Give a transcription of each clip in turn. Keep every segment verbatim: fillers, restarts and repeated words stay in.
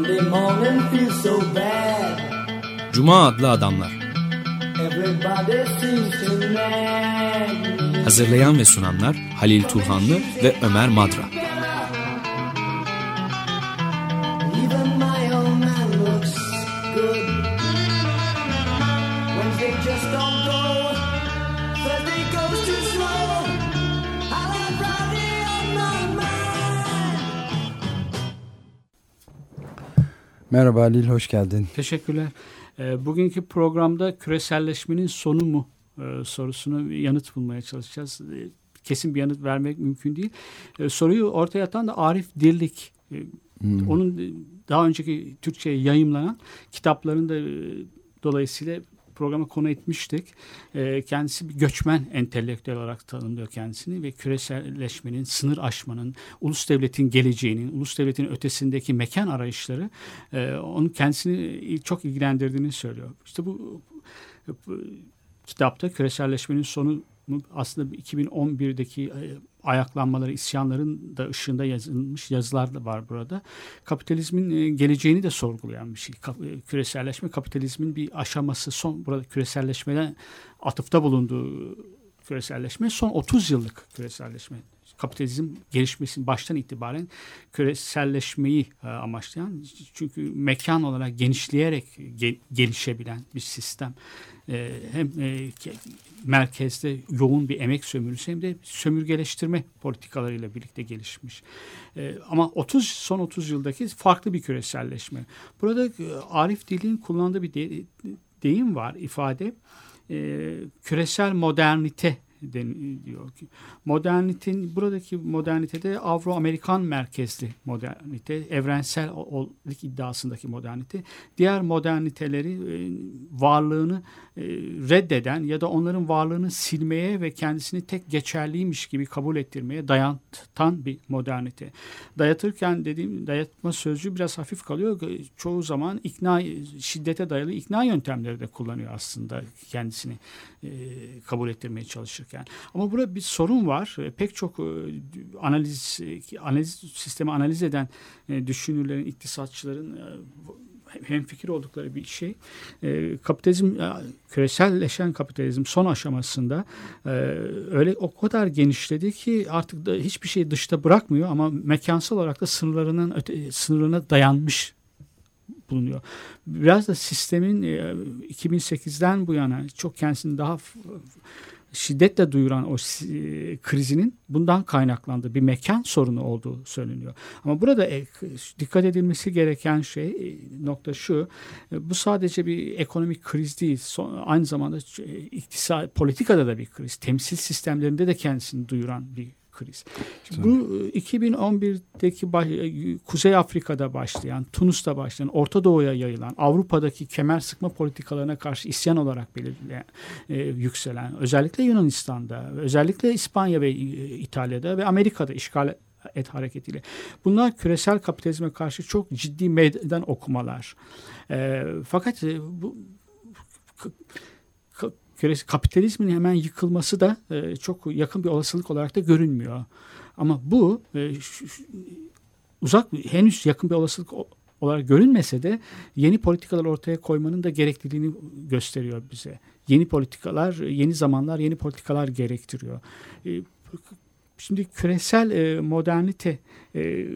Cuma adlı adamlar. Hazırlayan ve sunanlar Halil Turhanlı ve Ömer Madra. Merhaba Halil, hoş geldin. Teşekkürler. E, bugünkü programda küreselleşmenin sonu mu e, sorusuna yanıt bulmaya çalışacağız. E, kesin bir yanıt vermek mümkün değil. E, soruyu ortaya atan da Arif Dirlik. E, hmm. Onun daha önceki Türkçe'ye yayımlanan kitaplarında e, dolayısıyla programa konu etmiştik. E, kendisi bir göçmen entelektüel olarak tanımlıyor kendisini ve küreselleşmenin, sınır aşmanın, ulus devletin geleceğinin, ulus devletin ötesindeki mekan arayışları e, onun kendisini çok ilgilendirdiğini söylüyor. İşte bu, bu kitapta küreselleşmenin sonu aslında iki bin on birdeki ayaklanmaları, isyanların da ışığında yazılmış yazılar da var burada. Kapitalizmin geleceğini de sorgulayan bir şey. Küreselleşme kapitalizmin bir aşaması, son burada küreselleşmeden atıfta bulunduğu küreselleşme son otuz yıllık küreselleşme. Kapitalizm gelişmesinin baştan itibaren küreselleşmeyi e, amaçlayan, çünkü mekan olarak genişleyerek ge, gelişebilen bir sistem. E, hem e, merkezde yoğun bir emek sömürüsü hem de sömürgeleştirme politikalarıyla birlikte gelişmiş. E, ama otuz son otuz yıldaki farklı bir küreselleşme. Burada e, Arif Dirlik'in kullandığı bir de, deyim var, ifade. E, küresel modernite diyor ki modernitenin, buradaki modernitede Avro-Amerikan merkezli modernite, evrensellik iddiasındaki modernite, diğer moderniteleri e, varlığını e, reddeden ya da onların varlığını silmeye ve kendisini tek geçerliymiş gibi kabul ettirmeye dayatan bir modernite. Dayatırken dediğim dayatma sözcüğü biraz hafif kalıyor. Çoğu zaman ikna, şiddete dayalı ikna yöntemleri de kullanıyor aslında kendisini e, kabul ettirmeye çalışır. Yani. Ama burada bir sorun var. E, pek çok e, analiz analiz sistemi analiz eden e, düşünürlerin, iktisatçıların e, hemfikir oldukları bir şey. E, kapitalizm, e, küreselleşen kapitalizm son aşamasında e, öyle o kadar genişledi ki artık da hiçbir şeyi dışta bırakmıyor ama mekansal olarak da sınırlarının öte, sınırına dayanmış bulunuyor. Biraz da sistemin e, iki bin sekizden bu yana çok kendisini daha f- şiddetle duyuran o e, krizinin bundan kaynaklandığı bir mekan sorunu olduğu söyleniyor. Ama burada e, dikkat edilmesi gereken şey e, nokta şu, e, bu sadece bir ekonomik kriz değil, son, aynı zamanda e, iktisat, politikada da bir kriz, temsil sistemlerinde de kendisini duyuran bir kriz. Bu iki bin on birdeki baş, Kuzey Afrika'da başlayan, Tunus'ta başlayan, Orta Doğu'ya yayılan, Avrupa'daki kemer sıkma politikalarına karşı isyan olarak belirleyen, e, yükselen, özellikle Yunanistan'da, özellikle İspanya ve İtalya'da ve Amerika'da işgal et hareketiyle. Bunlar küresel kapitalizme karşı çok ciddi meydan okumalar. E, fakat e, bu k- k- kapitalizmin hemen yıkılması da e, çok yakın bir olasılık olarak da görünmüyor. Ama bu e, şu, şu, uzak henüz yakın bir olasılık olarak görünmese de yeni politikalar ortaya koymanın da gerekliliğini gösteriyor bize. Yeni politikalar, yeni zamanlar, yeni politikalar gerektiriyor. E, şimdi küresel e, modernite e,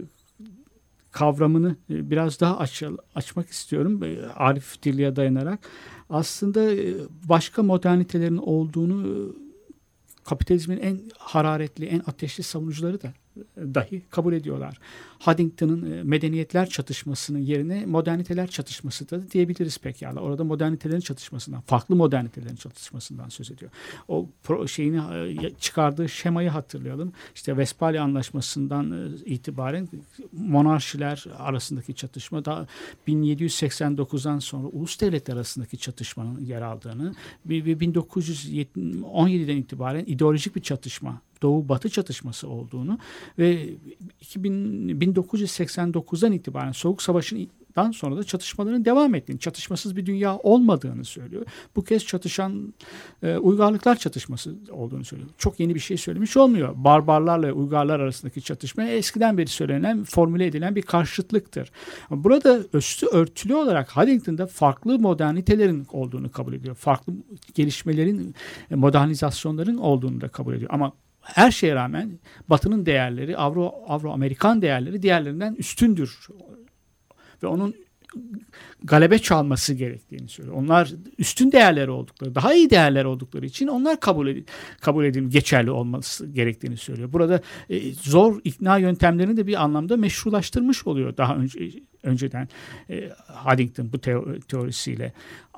kavramını biraz daha aç, açmak istiyorum Arif Dirlik'e dayanarak. Aslında başka modernitelerin olduğunu kapitalizmin en hararetli, en ateşli savunucuları da dahi kabul ediyorlar. Huntington'ın medeniyetler çatışmasının yerine moderniteler çatışması da diyebiliriz pekala. Orada modernitelerin çatışmasından, farklı modernitelerin çatışmasından söz ediyor. O pro, şeyini çıkardığı şemayı hatırlayalım. İşte Vespalya Anlaşması'ndan itibaren monarşiler arasındaki çatışma, da bin yedi yüz seksen dokuzdan sonra ulus devletler arasındaki çatışmanın yer aldığını ve bin dokuz yüz on yediden itibaren ideolojik bir çatışma, Doğu-Batı çatışması olduğunu ve bin dokuz yüz seksen dokuzdan itibaren Soğuk Savaş'ın dan sonra da çatışmaların devam ettiğini, çatışmasız bir dünya olmadığını söylüyor. Bu kez çatışan e, uygarlıklar çatışması olduğunu söylüyor. Çok yeni bir şey söylemiş olmuyor. Barbarlarla uygarlar arasındaki çatışma eskiden beri söylenen, formüle edilen bir karşıtlıktır. Burada üstü örtülü olarak Huntington'da farklı modernitelerin olduğunu kabul ediyor. Farklı gelişmelerin, modernizasyonların olduğunu da kabul ediyor. Ama her şeye rağmen Batı'nın değerleri, Avro, Avro-Amerikan değerleri diğerlerinden üstündür. Ve onun galebe çalması gerektiğini söylüyor. Onlar üstün değerler oldukları, daha iyi değerler oldukları için onlar kabul edin, kabul edin geçerli olması gerektiğini söylüyor. Burada e, zor ikna yöntemlerini de bir anlamda meşrulaştırmış oluyor daha önce önceden e, Huntington bu teo- teorisiyle.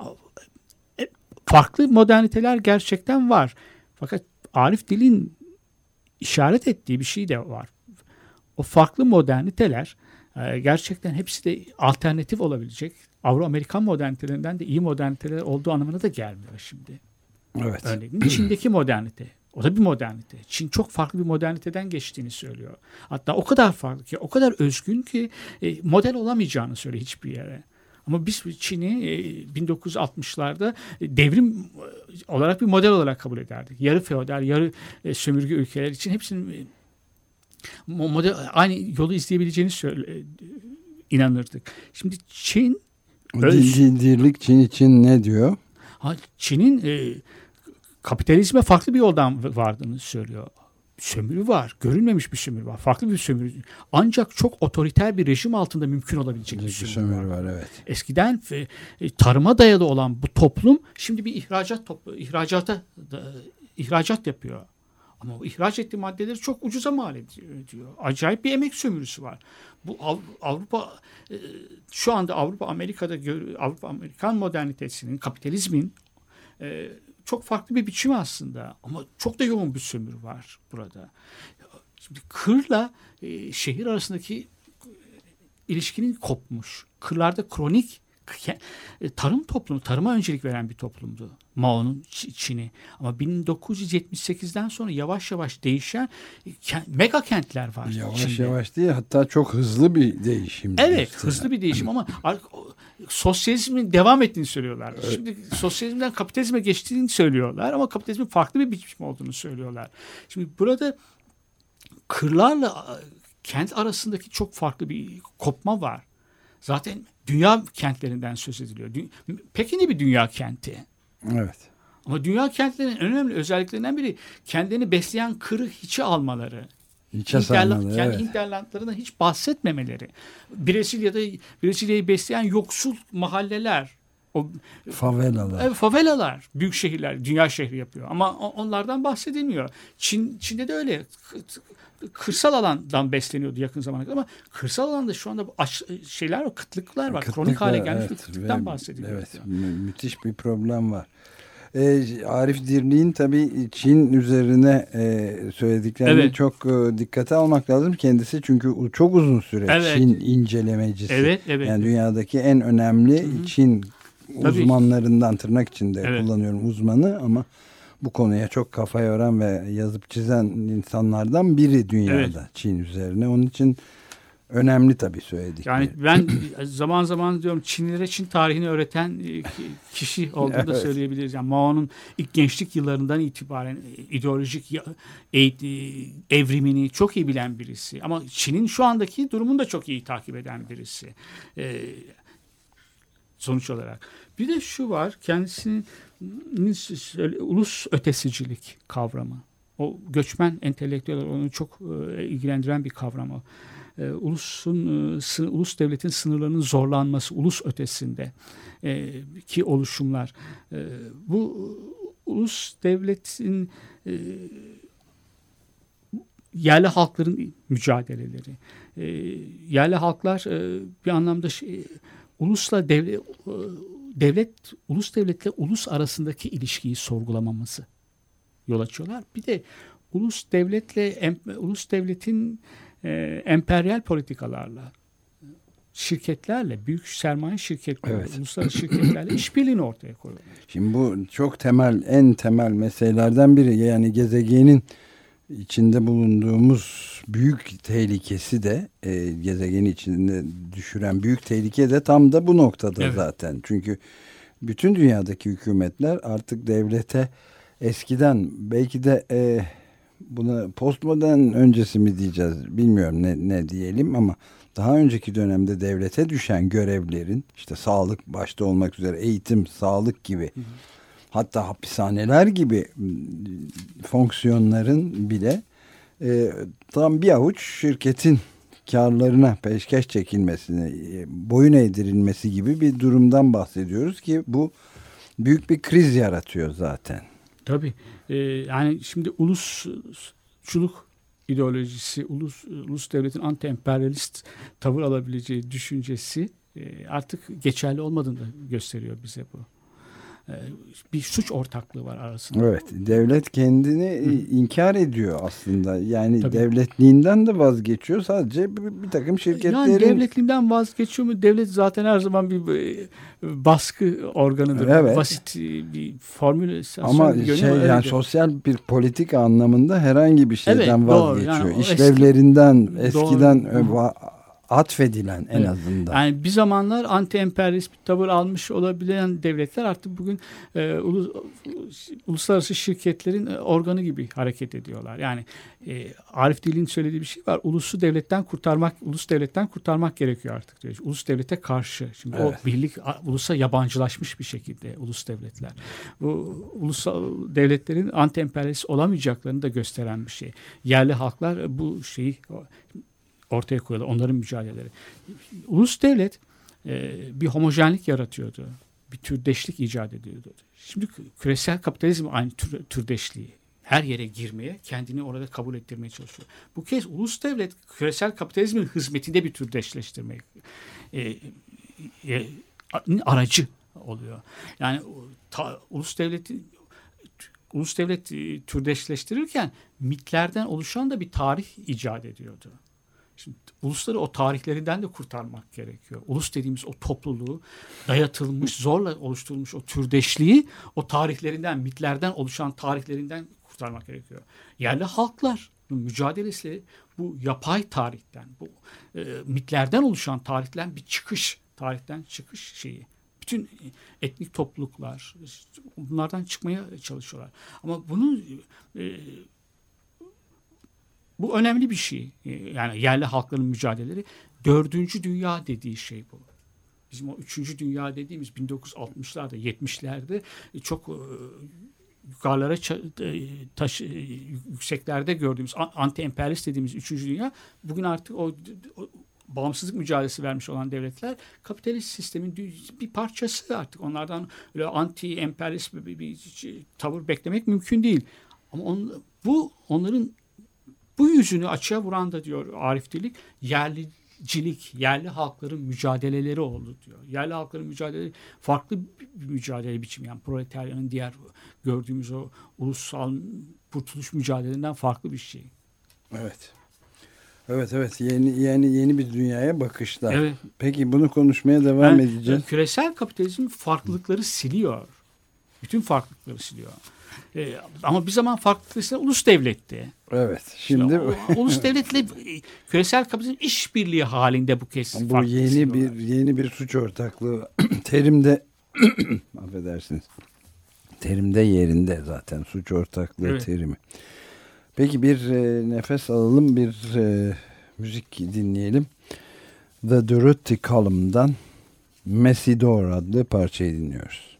E, farklı moderniteler gerçekten var. Fakat Arif Dil'in işaret ettiği bir şey de var. O farklı moderniteler e, gerçekten hepsi de alternatif olabilecek. Avro-Amerikan modernitelerinden de iyi moderniteler olduğu anlamına da gelmiyor şimdi. Evet. Örneğin Çin'deki modernite. O da bir modernite. Çin çok farklı bir moderniteden geçtiğini söylüyor. Hatta o kadar farklı ki, o kadar özgün ki e, model olamayacağını söylüyor hiçbir yere. Ama biz Çin'i bin dokuz yüz altmışlarda devrim olarak bir model olarak kabul ederdik. Yarı feodal, yarı sömürge ülkeler için hepsinin model, aynı yolu izleyebileceğini söyle, inanırdık. Şimdi Çin... Dirlik Çin için ne diyor? Çin'in e, kapitalizme farklı bir yoldan vardığını söylüyor. Sömürü var. Görülmemiş bir sömürü var. Farklı bir sömürü. Ancak çok otoriter bir rejim altında mümkün olabilecek bir sömürü, sömürü var. var evet. Eskiden e, tarıma dayalı olan bu toplum şimdi bir ihracat toplu, ihracata da, ihracat yapıyor. Ama o ihraç ettiği maddeleri çok ucuza mal ediyor. Acayip bir emek sömürüsü var. Bu Avrupa e, şu anda Avrupa Amerika'da Avrupa Amerikan modernitesinin, kapitalizmin e, çok farklı bir biçim aslında ama çok da yoğun bir sömürü var burada. Şimdi kırla e, şehir arasındaki ilişkinin kopmuş. Kırlarda kronik e, tarım toplumu, tarıma öncelik veren bir toplumdu Mao'nun Çin'i. Ama bin dokuz yüz yetmiş sekizden sonra yavaş yavaş değişen e, mega kentler var. Yavaş Çin'de. Yavaş değil, hatta çok hızlı bir değişim. Evet, işte. hızlı bir değişim ama sosyalizmin devam ettiğini söylüyorlar. Evet. Şimdi sosyalizmden kapitalizme geçtiğini söylüyorlar ama kapitalizmin farklı bir biçim olduğunu söylüyorlar. Şimdi burada kırlarla kent arasındaki çok farklı bir kopma var. Zaten dünya kentlerinden söz ediliyor. Pekin'de bir dünya kenti. Evet. Ama dünya kentlerinin önemli özelliklerinden biri kendini besleyen kırı hiçe almaları. Hiçe saymaları, kendi evet. hinterlandlarından hiç bahsetmemeleri. Brezilya'da Brezilya'yı besleyen yoksul mahalleler. O, favelalar. Evet, favelalar. Büyük şehirler, dünya şehri yapıyor. Ama onlardan bahsedilmiyor. Çin, Çin'de de öyle. Kırsal alandan besleniyordu yakın zamana kadar ama kırsal alanda şu anda aç, şeyler var, kıtlıklar var. Kıtlıklar, kronik hale gelmiş evet, bir kıtlıktan ve, bahsediliyor. Evet, mü- müthiş bir problem var. Ee, Arif Dirlik'in tabii Çin üzerine e, söylediklerini evet. çok e, dikkate almak lazım. Kendisi çünkü çok uzun süre evet. Çin incelemecisi. Evet, evet. Yani dünyadaki en önemli Hı-hı. Çin tabii. uzmanlarından, tırnak içinde evet. kullanıyorum uzmanı ama bu konuya çok kafa yoran ve yazıp çizen insanlardan biri dünyada evet. Çin üzerine. Onun için önemli tabii söyledik. Yani ben zaman zaman diyorum Çinlilere Çin tarihini öğreten kişi olduğunu evet. da söyleyebiliriz. Yani Mao'nun ilk gençlik yıllarından itibaren ideolojik evrimini çok iyi bilen birisi. Ama Çin'in şu andaki durumunu da çok iyi takip eden birisi. Ee, sonuç olarak. Bir de şu var, kendisinin ulus ötesicilik kavramı. O göçmen entelektüeller onu çok e, ilgilendiren bir kavram o. E, ulusun, e, sı, ulus devletin sınırlarının zorlanması, ulus ötesinde e, ki oluşumlar. E, bu ulus devletin e, yerli halkların mücadeleleri. E, yerli halklar e, bir anlamda şey, ulusla devlet, devlet, ulus devletle ulus arasındaki ilişkiyi sorgulamamızı yol açıyorlar. Bir de ulus devletle, em, ulus devletin e, emperyal politikalarla, şirketlerle, büyük sermaye şirketleri, evet. uluslararası şirketlerle işbirliğini ortaya koyuyorlar. Şimdi bu çok temel, en temel meselelerden biri. Yani gezegenin içinde bulunduğumuz büyük tehlikesi de e, gezegeni içinde düşüren büyük tehlike de tam da bu noktada evet. zaten. Çünkü bütün dünyadaki hükümetler artık devlete eskiden belki de e, buna postmodern öncesi mi diyeceğiz bilmiyorum ne, ne diyelim ama daha önceki dönemde devlete düşen görevlerin işte sağlık başta olmak üzere eğitim, sağlık gibi hı hı. hatta hapishaneler gibi fonksiyonların bile e, tam bir avuç şirketin karlarına peşkeş çekilmesine, e, boyun eğdirilmesi gibi bir durumdan bahsediyoruz ki bu büyük bir kriz yaratıyor zaten. Tabii. Ee, yani şimdi ulusçuluk ideolojisi, ulus, ulus devletin anti-emperyalist tavır alabileceği düşüncesi e, artık geçerli olmadığını da gösteriyor bize bu. Bir suç ortaklığı var arasında. Evet, devlet kendini Hı. inkar ediyor aslında. Yani Tabii. devletliğinden de vazgeçiyor. Sadece bir, bir takım şirketlerin... Yani devletliğinden vazgeçiyor mu? Devlet zaten her zaman bir baskı organıdır. Evet. Basit bir formül. Ama şey yani öyle. Sosyal bir politika anlamında herhangi bir şeyden evet, vazgeçiyor. Yani İşlevlerinden eski, eskiden doğru. atfedilen en evet. azından. Yani bir zamanlar anti-emperyalist bir tavır almış olabilen devletler artık bugün e, ulus, uluslararası şirketlerin organı gibi hareket ediyorlar. Yani e, Arif Dil'in söylediği bir şey var. Ulusu devletten kurtarmak, ulus devletten kurtarmak gerekiyor artık diyor. Ulus devlete karşı. Şimdi evet. o birlik ulusa yabancılaşmış bir şekilde ulus devletler. Bu ulusal devletlerin anti-emperyalist olamayacaklarını da gösteren bir şey. Yerli halklar bu şeyi ortaya koyuyorlar. Onların mücadeleleri. Ulus devlet e, bir homojenlik yaratıyordu. Bir türdeşlik icat ediyordu. Şimdi küresel kapitalizm aynı tür, türdeşliği. Her yere girmeye, kendini orada kabul ettirmeye çalışıyor. Bu kez ulus devlet küresel kapitalizmin hizmetinde bir türdeşleştirme e, e, aracı oluyor. Yani ta, ulus devleti ulus devlet e, türdeşleştirirken mitlerden oluşan da bir tarih icat ediyordu. Şimdi ulusları o tarihlerinden de kurtarmak gerekiyor. Ulus dediğimiz o topluluğu dayatılmış, zorla oluşturulmuş o türdeşliği o tarihlerinden, mitlerden oluşan tarihlerinden kurtarmak gerekiyor. Yerli halklar mücadelesi bu yapay tarihten, bu e, mitlerden oluşan tarihten bir çıkış, tarihten çıkış şeyi. Bütün etnik topluluklar bunlardan çıkmaya çalışıyorlar. Ama bunu e, bu önemli bir şey. Yani yerli halkların mücadeleleri. Dördüncü dünya dediği şey bu. Bizim o üçüncü dünya dediğimiz bin dokuz yüz altmışlarda, yetmişlerde çok yukarılara taş, yükseklerde gördüğümüz anti-emperyalist dediğimiz üçüncü dünya bugün artık o, o bağımsızlık mücadelesi vermiş olan devletler kapitalist sistemin bir parçası artık. Onlardan öyle anti-emperyalist bir, bir, bir tavır beklemek mümkün değil. Ama on, bu onların bu yüzünü açığa vuran da diyor Arif Dirlik, yerlicilik, yerli halkların mücadeleleri oldu diyor. Yerli halkların mücadeleleri farklı bir mücadele biçimi. Yani proletaryanın diğer gördüğümüz o ulusal kurtuluş mücadelelerinden farklı bir şey. Evet. Evet evet yeni yeni yeni bir dünyaya bakışlar. Evet. Peki bunu konuşmaya devam yani, edeceğiz. Küresel kapitalizm farklılıkları siliyor. Bütün farklılıkları siliyor. Ee, ama bir zaman farklı ulus devletti. Evet. Şimdi, şimdi o, ulus devletle küresel kapitalizm işbirliği halinde bu kez. Bu yeni bir yeni bir suç ortaklığı terimde affedersiniz. Terimde yerinde zaten suç ortaklığı evet. terimi. Peki bir e, nefes alalım, bir e, müzik dinleyelim. The Dorothy Column'dan Messidor adlı parçayı dinliyoruz.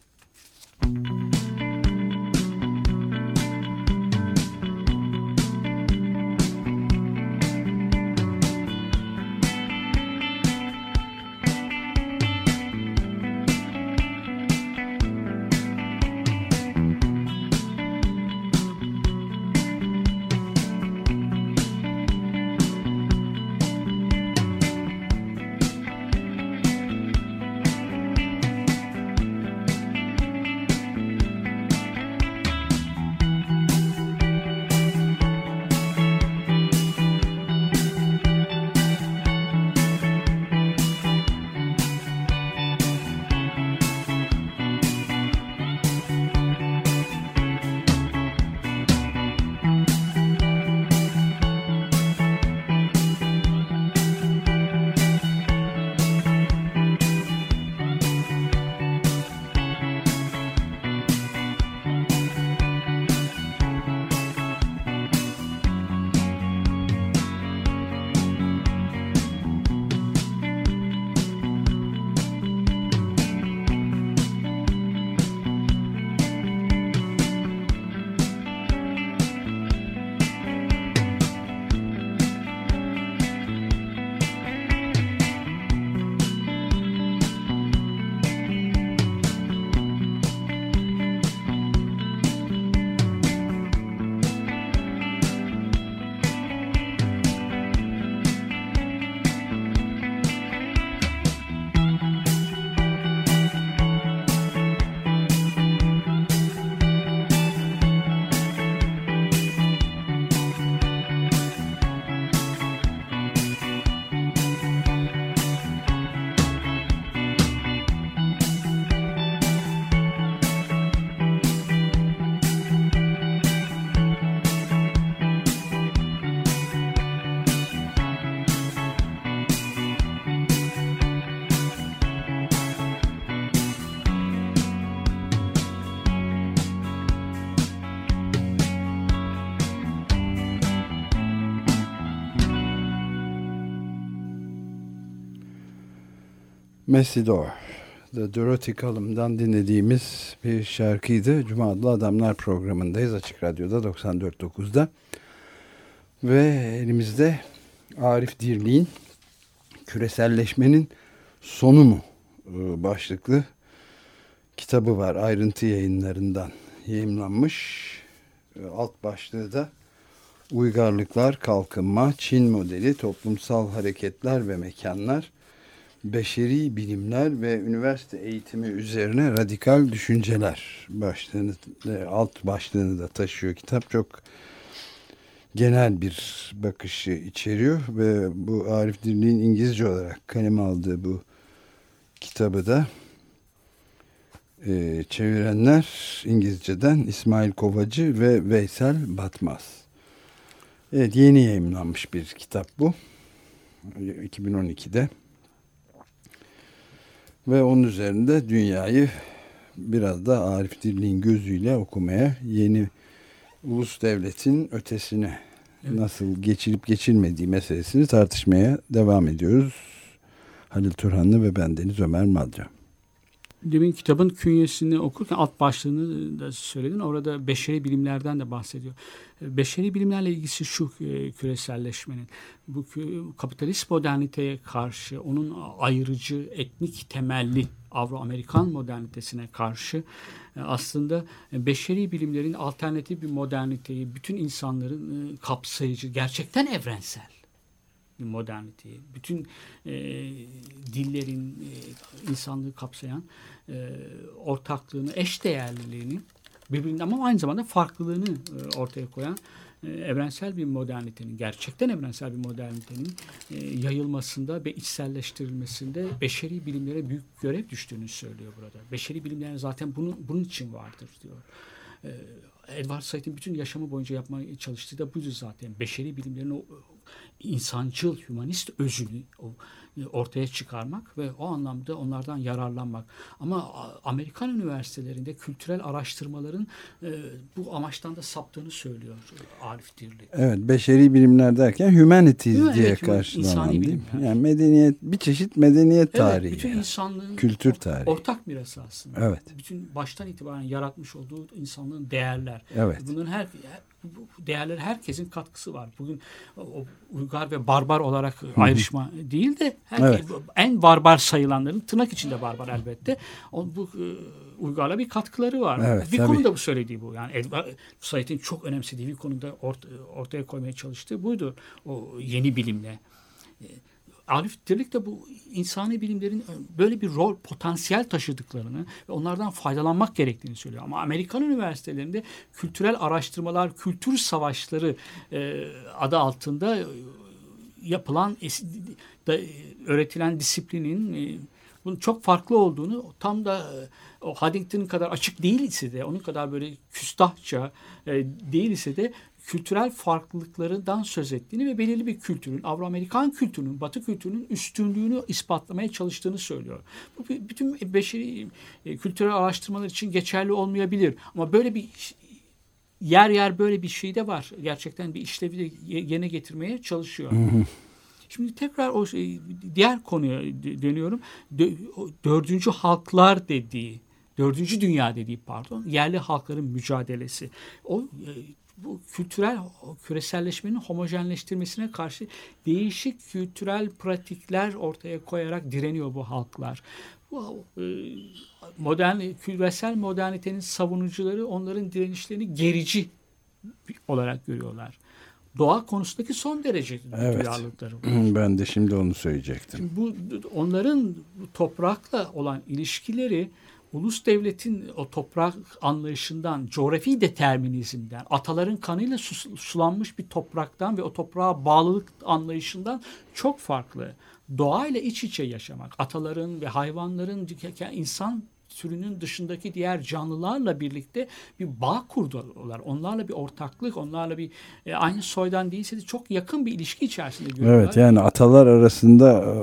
Messidor, The Dorothy Column'dan dinlediğimiz bir şarkıydı. Cuma Adlı Adamlar programındayız Açık Radyo'da doksan dört nokta dokuzda. Ve elimizde Arif Dirlik'in Küreselleşmenin Sonu mu başlıklı kitabı var. Ayrıntı Yayınlarından yayımlanmış. Alt başlığı da Uygarlıklar, Kalkınma, Çin Modeli, Toplumsal Hareketler ve Mekanlar, Beşeri Bilimler ve Üniversite Eğitimi Üzerine Radikal Düşünceler başlığını, alt başlığını da taşıyor. Kitap çok genel bir bakışı içeriyor ve bu Arif Dirlik'in İngilizce olarak kaleme aldığı bu kitabı da e, çevirenler İngilizceden İsmail Kovacı ve Veysel Batmaz. Evet, yeni yayımlanmış bir kitap bu. iki bin on ikide. Ve onun üzerinde dünyayı biraz da Arif Dirlik'in gözüyle okumaya, yeni ulus devletin ötesine evet. nasıl geçilip geçilmediği meselesini tartışmaya devam ediyoruz. Halil Turhanlı ve bendeniz Ömer Madra. Demin kitabın künyesini okurken alt başlığını da söyledin. Orada beşeri bilimlerden de bahsediyor. Beşeri bilimlerle ilgisi şu küreselleşmenin. Bu kapitalist moderniteye karşı, onun ayırıcı, etnik temelli Avro-Amerikan modernitesine karşı aslında beşeri bilimlerin alternatif bir moderniteyi, bütün insanların kapsayıcı, gerçekten evrensel bir moderniteyi, bütün e, dillerin e, insanlığı kapsayan e, ortaklığını, eşdeğerliliğini birbirinden ama aynı zamanda farklılığını e, ortaya koyan e, evrensel bir modernitenin, gerçekten evrensel bir modernitenin e, yayılmasında ve içselleştirilmesinde beşeri bilimlere büyük görev düştüğünü söylüyor burada. Beşeri bilimler zaten bunun, bunun için vardır diyor. E, Edward Said'in bütün yaşamı boyunca yapmaya çalıştığı da buydu zaten. Beşeri bilimlerin o insancıl, hümanist özünü ortaya çıkarmak ve o anlamda onlardan yararlanmak. Ama Amerikan üniversitelerinde kültürel araştırmaların bu amaçtan da saptığını söylüyor Arif Dirlik. Evet, beşeri bilimler derken humanities Human, diye evet, karşılanan değil mi? Yani medeniyet, bir çeşit medeniyet evet, tarihi. Bütün yani. insanlığın kültür tarihi. Ortak mirası aslında. Evet. Bütün baştan itibaren yaratmış olduğu insanlığın değerler. Evet. Bunun her bu değerlere herkesin katkısı var. Bugün o uygar ve barbar olarak ayrışma değil de herkes, evet. en barbar sayılanların, tırnak içinde barbar elbette, o, bu e, uygarla bir katkıları var. Evet, bir tabii. konuda bu söylediği bu. Yani Edward Said'in çok önemsediği bir konuda ort, ortaya koymaya çalıştığı buydu. O yeni bilimle. E, Arif Dirlik de bu insani bilimlerin böyle bir rol, potansiyel taşıdıklarını ve onlardan faydalanmak gerektiğini söylüyor. Ama Amerikan üniversitelerinde kültürel araştırmalar, kültür savaşları e, adı altında yapılan, da, öğretilen disiplinin e, bunun çok farklı olduğunu, tam da o Huntington'ın kadar açık değil ise de, onun kadar böyle küstahça e, değil ise de kültürel farklılıklarından söz ettiğini ve belirli bir kültürün, Avro-Amerikan kültürünün, Batı kültürünün üstünlüğünü ispatlamaya çalıştığını söylüyor. Bu bütün beşeri kültürel araştırmalar için geçerli olmayabilir. Ama böyle bir yer yer böyle bir şey de var. Gerçekten bir işlevi de yerine getirmeye çalışıyor. Hı hı. Şimdi tekrar o şey, diğer konuya dönüyorum. Dördüncü halklar dediği, dördüncü dünya dediği pardon, yerli halkların mücadelesi. O bu kültürel küreselleşmenin homojenleştirmesine karşı değişik kültürel pratikler ortaya koyarak direniyor bu halklar. Bu modern, küresel modernitenin savunucuları onların direnişlerini gerici olarak görüyorlar. Doğa konusundaki son derece evet. duyarlılıkları var. Ben de şimdi onu söyleyecektim. Şimdi bu onların toprakla olan ilişkileri ulus devletin o toprak anlayışından, coğrafi determinizmden, ataların kanıyla sulanmış bir topraktan ve o toprağa bağlılık anlayışından çok farklı. Doğayla iç içe yaşamak, ataların ve hayvanların, insan türünün dışındaki diğer canlılarla birlikte bir bağ kurdular. Onlarla bir ortaklık, onlarla bir e, aynı soydan değilse de çok yakın bir ilişki içerisinde görüyorlar. Evet, yani atalar arasında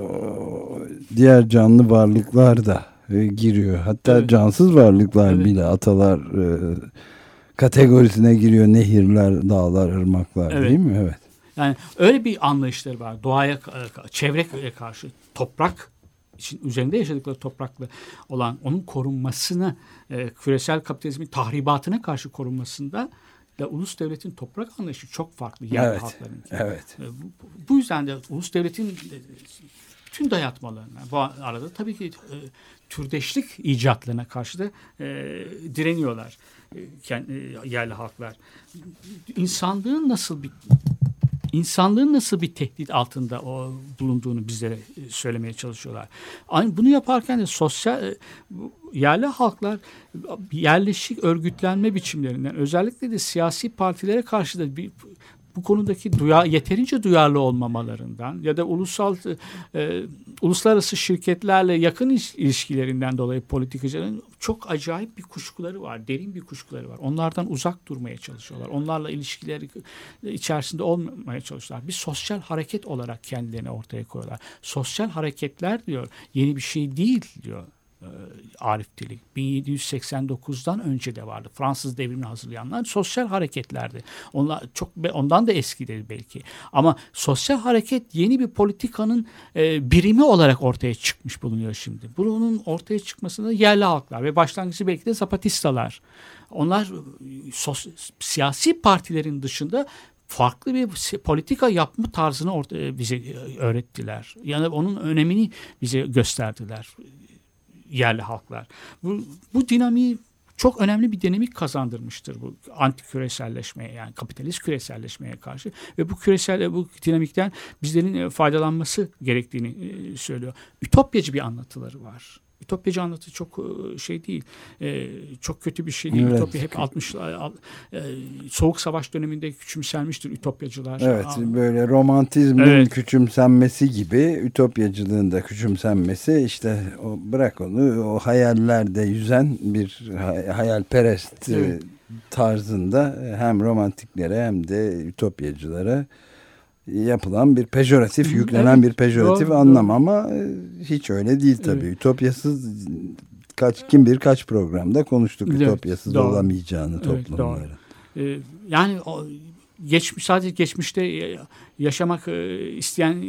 diğer canlı varlıklar da giriyor. Hatta evet. cansız varlıklar evet. bile atalar e, kategorisine giriyor. Nehirler, dağlar, ırmaklar evet. değil mi? Evet. Yani öyle bir anlayışları var. Doğaya, çevreye karşı, toprak için üzerinde yaşadıkları toprakla olan onun korunmasına, e, küresel kapitalizmin tahribatına karşı korunmasında da ulus devletin toprak anlayışı çok farklı yerli evet, halklarınki. Evet. E, bu, bu yüzden de ulus devletin e, tüm dayatmalarına, bu arada tabii ki e, türdeşlik icatlarına karşı da e, direniyorlar e, kendi, e, yerli halklar. İnsanlığın nasıl bir İnsanlığın nasıl bir tehdit altında o bulunduğunu bizlere söylemeye çalışıyorlar. Aynı bunu yaparken de sosyal yerli halklar yerleşik örgütlenme biçimlerinden, özellikle de siyasi partilere karşı da bir bu konudaki duya, yeterince duyarlı olmamalarından ya da ulusal e, uluslararası şirketlerle yakın ilişkilerinden dolayı politikacıların çok acayip bir kuşkuları var, derin bir kuşkuları var. Onlardan uzak durmaya çalışıyorlar. Onlarla ilişkileri içerisinde olmaya çalışıyorlar. Bir sosyal hareket olarak kendilerini ortaya koyuyorlar. Sosyal hareketler diyor, yeni bir şey değil diyor Arif Dirlik. bin yedi yüz seksen dokuzdan önce de vardı. Fransız devrimini hazırlayanlar sosyal hareketlerdi. Onlar çok ondan da eskidir belki. Ama sosyal hareket yeni bir politikanın e, birimi olarak ortaya çıkmış bulunuyor şimdi. Bunun ortaya çıkmasında yerli halklar ve başlangıcı belki de Zapatistalar. Onlar sos, siyasi partilerin dışında farklı bir politika yapma tarzını ortaya, bize öğrettiler. Yani onun önemini bize gösterdiler yerli halklar. Bu, bu dinamiği çok önemli bir dinamik kazandırmıştır bu anti küreselleşmeye, yani kapitalist küreselleşmeye karşı ve bu küresel bu dinamikten bizlerin faydalanması gerektiğini söylüyor. Ütopyacı bir anlatıları var. Ütopyacı anlatı çok şey değil. Ee, çok kötü bir şey değil. Evet. Ütopya hep altmışlar e, Soğuk Savaş döneminde küçümsenmiştir ütopyacılar. Evet, Aa, böyle romantizmin evet. küçümsenmesi gibi ütopyacılığın da küçümsenmesi, işte o, bırak onu, o hayallerde yüzen bir hayalperest evet. tarzında hem romantiklere hem de ütopyacılara yapılan bir pejoratif, yüklenen evet, bir pejoratif doğru, anlam doğru. Ama hiç öyle değil tabii. Evet. Ütopyasız kaç kim bir kaç programda konuştuk evet, ütopyasız doğru. olamayacağını evet, toplumları. Ee, yani o, geçmiş sadece geçmişte yaşamak isteyen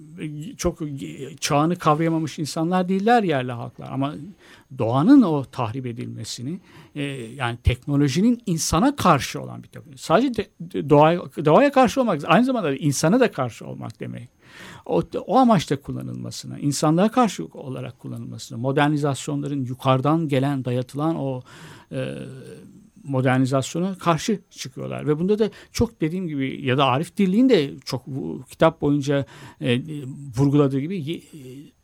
çok çağını kavrayamamış insanlar değiller yerli halklar, ama doğanın o tahrip edilmesini, yani teknolojinin insana karşı olan bir tabii. Sadece de, doğaya, doğaya karşı olmak, aynı zamanda insana da karşı olmak demek. O, o amaçla kullanılmasına, insanlığa karşı olarak kullanılmasına, modernizasyonların yukarıdan gelen, dayatılan o e, modernizasyona karşı çıkıyorlar. Ve bunda da çok dediğim gibi, ya da Arif Dirlik'in de çok bu kitap boyunca e, vurguladığı gibi e,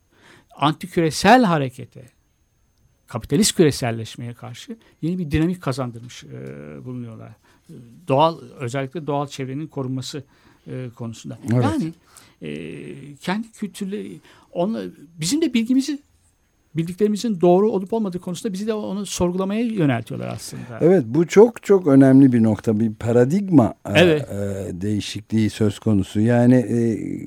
antiküresel harekete, kapitalist küreselleşmeye karşı yeni bir dinamik kazandırmış e, bulunuyorlar. E, doğal, özellikle doğal çevrenin korunması e, konusunda. Evet. Yani e, kendi kültürleri, onla, bizim de bilgimizi, bildiklerimizin doğru olup olmadığı konusunda bizi de onu sorgulamaya yöneltiyorlar aslında. Evet, bu çok çok önemli bir nokta, bir paradigma evet. e, değişikliği söz konusu. Yani e,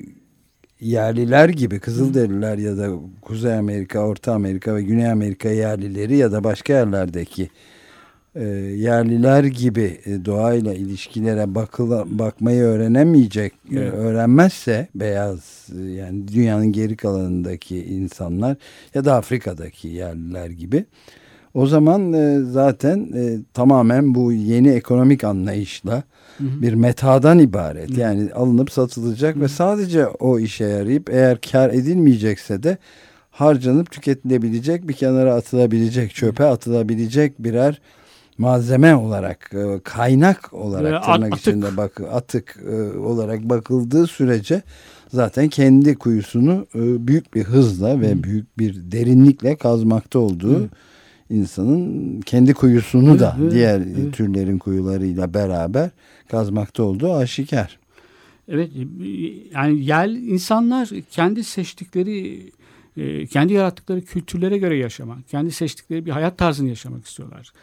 yerliler gibi, Kızılderililer ya da Kuzey Amerika, Orta Amerika ve Güney Amerika yerlileri ya da başka yerlerdeki e, yerliler gibi e, doğayla ilişkilere bakıla, bakmayı öğrenemeyecek, evet. e, öğrenmezse beyaz, yani dünyanın geri kalanındaki insanlar ya da Afrika'daki yerliler gibi, o zaman e, zaten e, tamamen bu yeni ekonomik anlayışla hı hı. bir metadan ibaret. Hı. Yani alınıp satılacak hı. ve sadece o işe yarayıp, eğer kar edilmeyecekse de harcanıp tüketilebilecek, bir kenara atılabilecek, çöpe atılabilecek birer malzeme olarak, kaynak olarak, tırnak içinde bak, atık olarak bakıldığı sürece zaten kendi kuyusunu büyük bir hızla ve Hı. büyük bir derinlikle kazmakta olduğu, Hı. insanın kendi kuyusunu da Hı. diğer Hı. türlerin kuyularıyla beraber kazmakta olduğu aşikar. Evet, yani yerli insanlar kendi seçtikleri, kendi yarattıkları kültürlere göre yaşamak, kendi seçtikleri bir hayat tarzını yaşamak istiyorlar.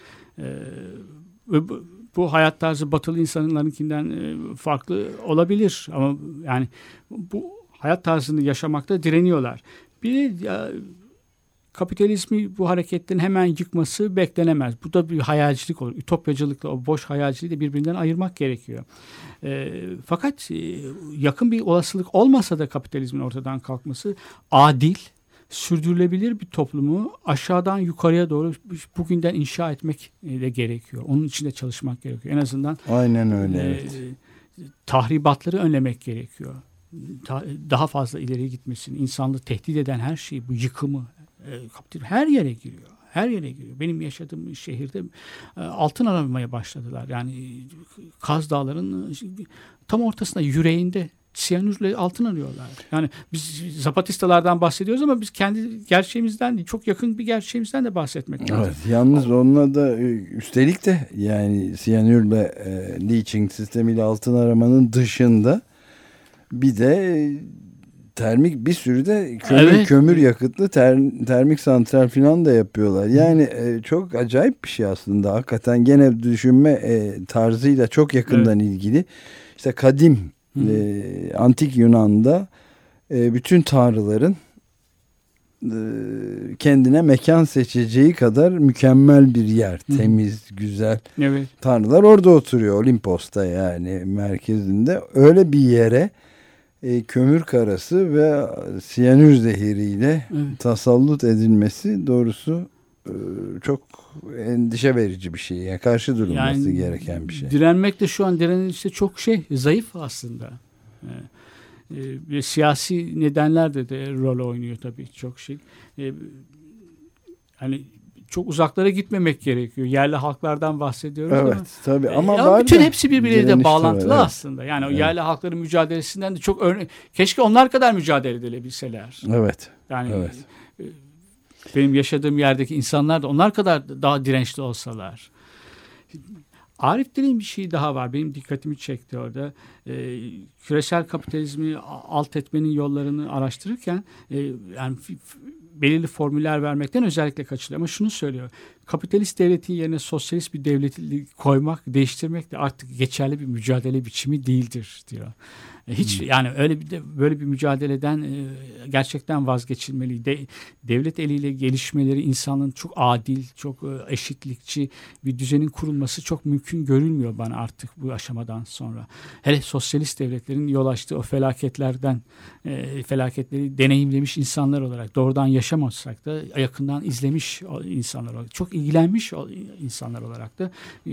Ve bu, bu hayat tarzı batılı insanlarınkinden farklı olabilir, ama yani bu hayat tarzını yaşamakta direniyorlar. Bir ya, kapitalizmi, bu hareketin hemen yıkması beklenemez. Bu da bir hayalcilik olur. Ütopyacılıkla o boş hayalciliği de birbirinden ayırmak gerekiyor. E, fakat e, yakın bir olasılık olmasa da kapitalizmin ortadan kalkması adil, sürdürülebilir bir toplumu aşağıdan yukarıya doğru bugünden inşa etmek de gerekiyor. Onun için de çalışmak gerekiyor. En azından aynen öyle. E, evet. tahribatları önlemek gerekiyor. Ta, daha fazla ileriye gitmesini, insanlığı tehdit eden her şeyi, bu yıkımı e, her yere giriyor. Her yere giriyor. Benim yaşadığım şehirde e, altın aramaya başladılar. Yani Kaz Dağları'nın tam ortasında, yüreğinde siyanürle altın arıyorlar. Yani biz Zapatistalardan bahsediyoruz ama biz kendi gerçeğimizden değil, çok yakın bir gerçeğimizden de bahsetmek lazım. Evet, yalnız onunla da üstelik de yani siyanürle e, leaching sistemiyle altın aramanın dışında bir de termik bir sürü de kömür, evet. kömür yakıtlı ter, termik santral falan da yapıyorlar. Yani e, çok acayip bir şey aslında. Hakikaten gene düşünme e, tarzıyla çok yakından evet. ilgili. İşte kadim e, antik Yunan'da e, bütün tanrıların e, kendine mekan seçeceği kadar mükemmel bir yer. Hı. Temiz, güzel. Evet. Tanrılar orada oturuyor. Olimpos'ta yani merkezinde. Öyle bir yere E, kömür karası ve siyanür zehiriyle evet. tasallut edilmesi doğrusu e, çok endişe verici bir şey. Yani karşı durulması yani, gereken bir şey. Direnmek de şu an direnilişte çok şey zayıf aslında. E, e, siyasi nedenler de, de rol oynuyor tabii çok şey. E, hani çok uzaklara gitmemek gerekiyor. Yerli halklardan bahsediyoruz evet, ama. Tabii ama ya var bütün hepsi birbiriyle de bağlantılı evet. aslında. Yani o evet. yerli halkların mücadelesinden de çok örnek. Keşke onlar kadar mücadele edebilseler. Evet. Yani evet. benim yaşadığım yerdeki insanlar da onlar kadar daha dirençli olsalar. Arif Dilek'in bir şey daha var. Benim dikkatimi çekti orada. Ee, küresel kapitalizmi alt etmenin yollarını araştırırken e, yani belirli formüller vermekten özellikle kaçınıyor. Ama şunu söylüyor. Kapitalist devletin yerine sosyalist bir devleti koymak, değiştirmek de artık geçerli bir mücadele biçimi değildir diyor. Hiç hmm. yani öyle bir de böyle bir mücadeleden e, gerçekten vazgeçilmeli. De, devlet eliyle gelişmeleri, insanın çok adil, çok e, eşitlikçi bir düzenin kurulması çok mümkün görülmüyor bana artık bu aşamadan sonra. Hele sosyalist devletlerin yol açtığı o felaketlerden e, felaketleri deneyimlemiş insanlar olarak, doğrudan yaşamasak da yakından izlemiş insanlar olarak, çok ilgilenmiş insanlar olarak da e,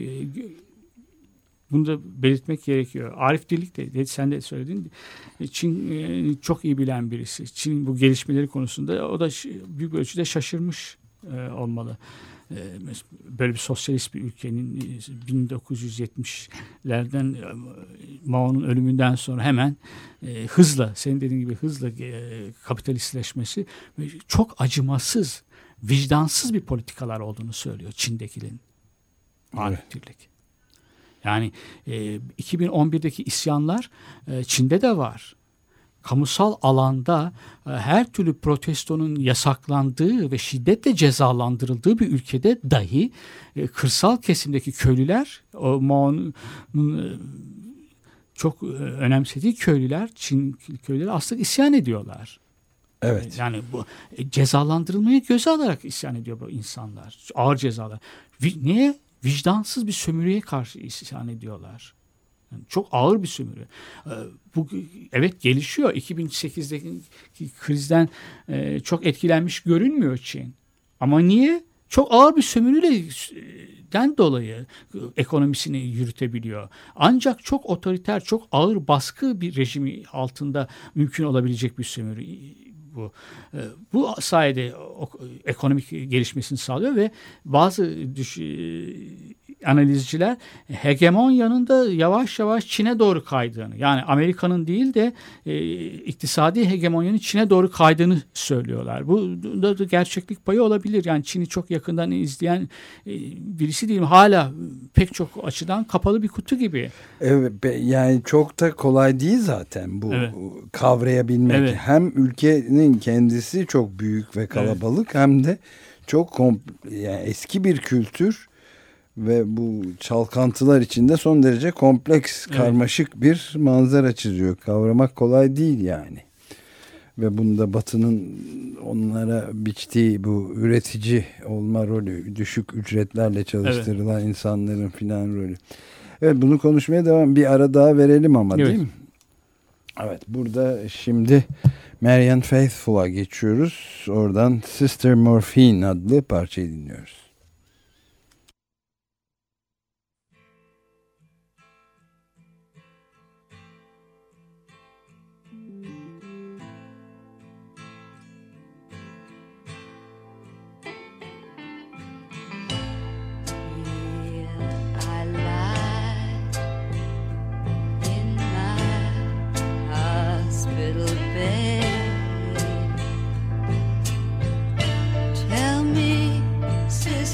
bunu da belirtmek gerekiyor. Arif Dirlik de, sen de söyledin, Çin e, çok iyi bilen birisi. Çin bu gelişmeleri konusunda o da büyük ölçüde şaşırmış e, olmalı. E, böyle bir sosyalist bir ülkenin e, bin dokuz yüz yetmişlerden e, Mao'nun ölümünden sonra hemen e, hızla, senin dediğin gibi hızla e, kapitalistleşmesi çok acımasız, vicdansız bir politikalar olduğunu söylüyor Çin'dekilerin. Arif evet. Dirlik. Yani e, iki bin on birdeki isyanlar e, Çin'de de var. Kamusal alanda e, her türlü protestonun yasaklandığı ve şiddetle cezalandırıldığı bir ülkede dahi e, kırsal kesimdeki köylüler, o Mao'nun e, çok e, önemsediği köylüler, Çin köylüleri aslında isyan ediyorlar. Evet. Yani bu e, cezalandırılmayı göze alarak isyan ediyor bu insanlar. Ağır cezalar. Niye? Vicdansız bir sömürüye karşı isyan ediyorlar. Yani çok ağır bir sömürü. Ee, bu evet gelişiyor. iki bin sekizdeki krizden e, çok etkilenmiş görünmüyor Çin. Ama niye? Çok ağır bir sömürüden dolayı ekonomisini yürütebiliyor. Ancak çok otoriter, çok ağır baskı bir rejimi altında mümkün olabilecek bir sömürü. Bu. Bu sayede o, ekonomik gelişmesini sağlıyor ve bazı düş, analizciler hegemonyanın da yavaş yavaş Çin'e doğru kaydığını, yani Amerika'nın değil de e, iktisadi hegemonyanın Çin'e doğru kaydığını söylüyorlar. Bu da, da gerçeklik payı olabilir. Yani Çin'i çok yakından izleyen e, birisi değilim. Hala pek çok açıdan kapalı bir kutu gibi. Evet, yani çok da kolay değil zaten bu evet. kavrayabilmek. Evet. Hem ülkenin kendisi çok büyük ve kalabalık evet. hem de çok yani eski bir kültür ve bu çalkantılar içinde son derece kompleks, evet. karmaşık bir manzara çiziyor. Kavramak kolay değil yani. Ve bunda Batı'nın onlara biçtiği bu üretici olma rolü, düşük ücretlerle çalıştırılan evet. insanların filan rolü. Evet, bunu konuşmaya devam. Bir ara daha verelim ama evet. değil mi? Evet, burada şimdi Marianne Faithfull'a geçiyoruz. Oradan Sister Morphine adlı parçayı dinliyoruz. Tell me, sister.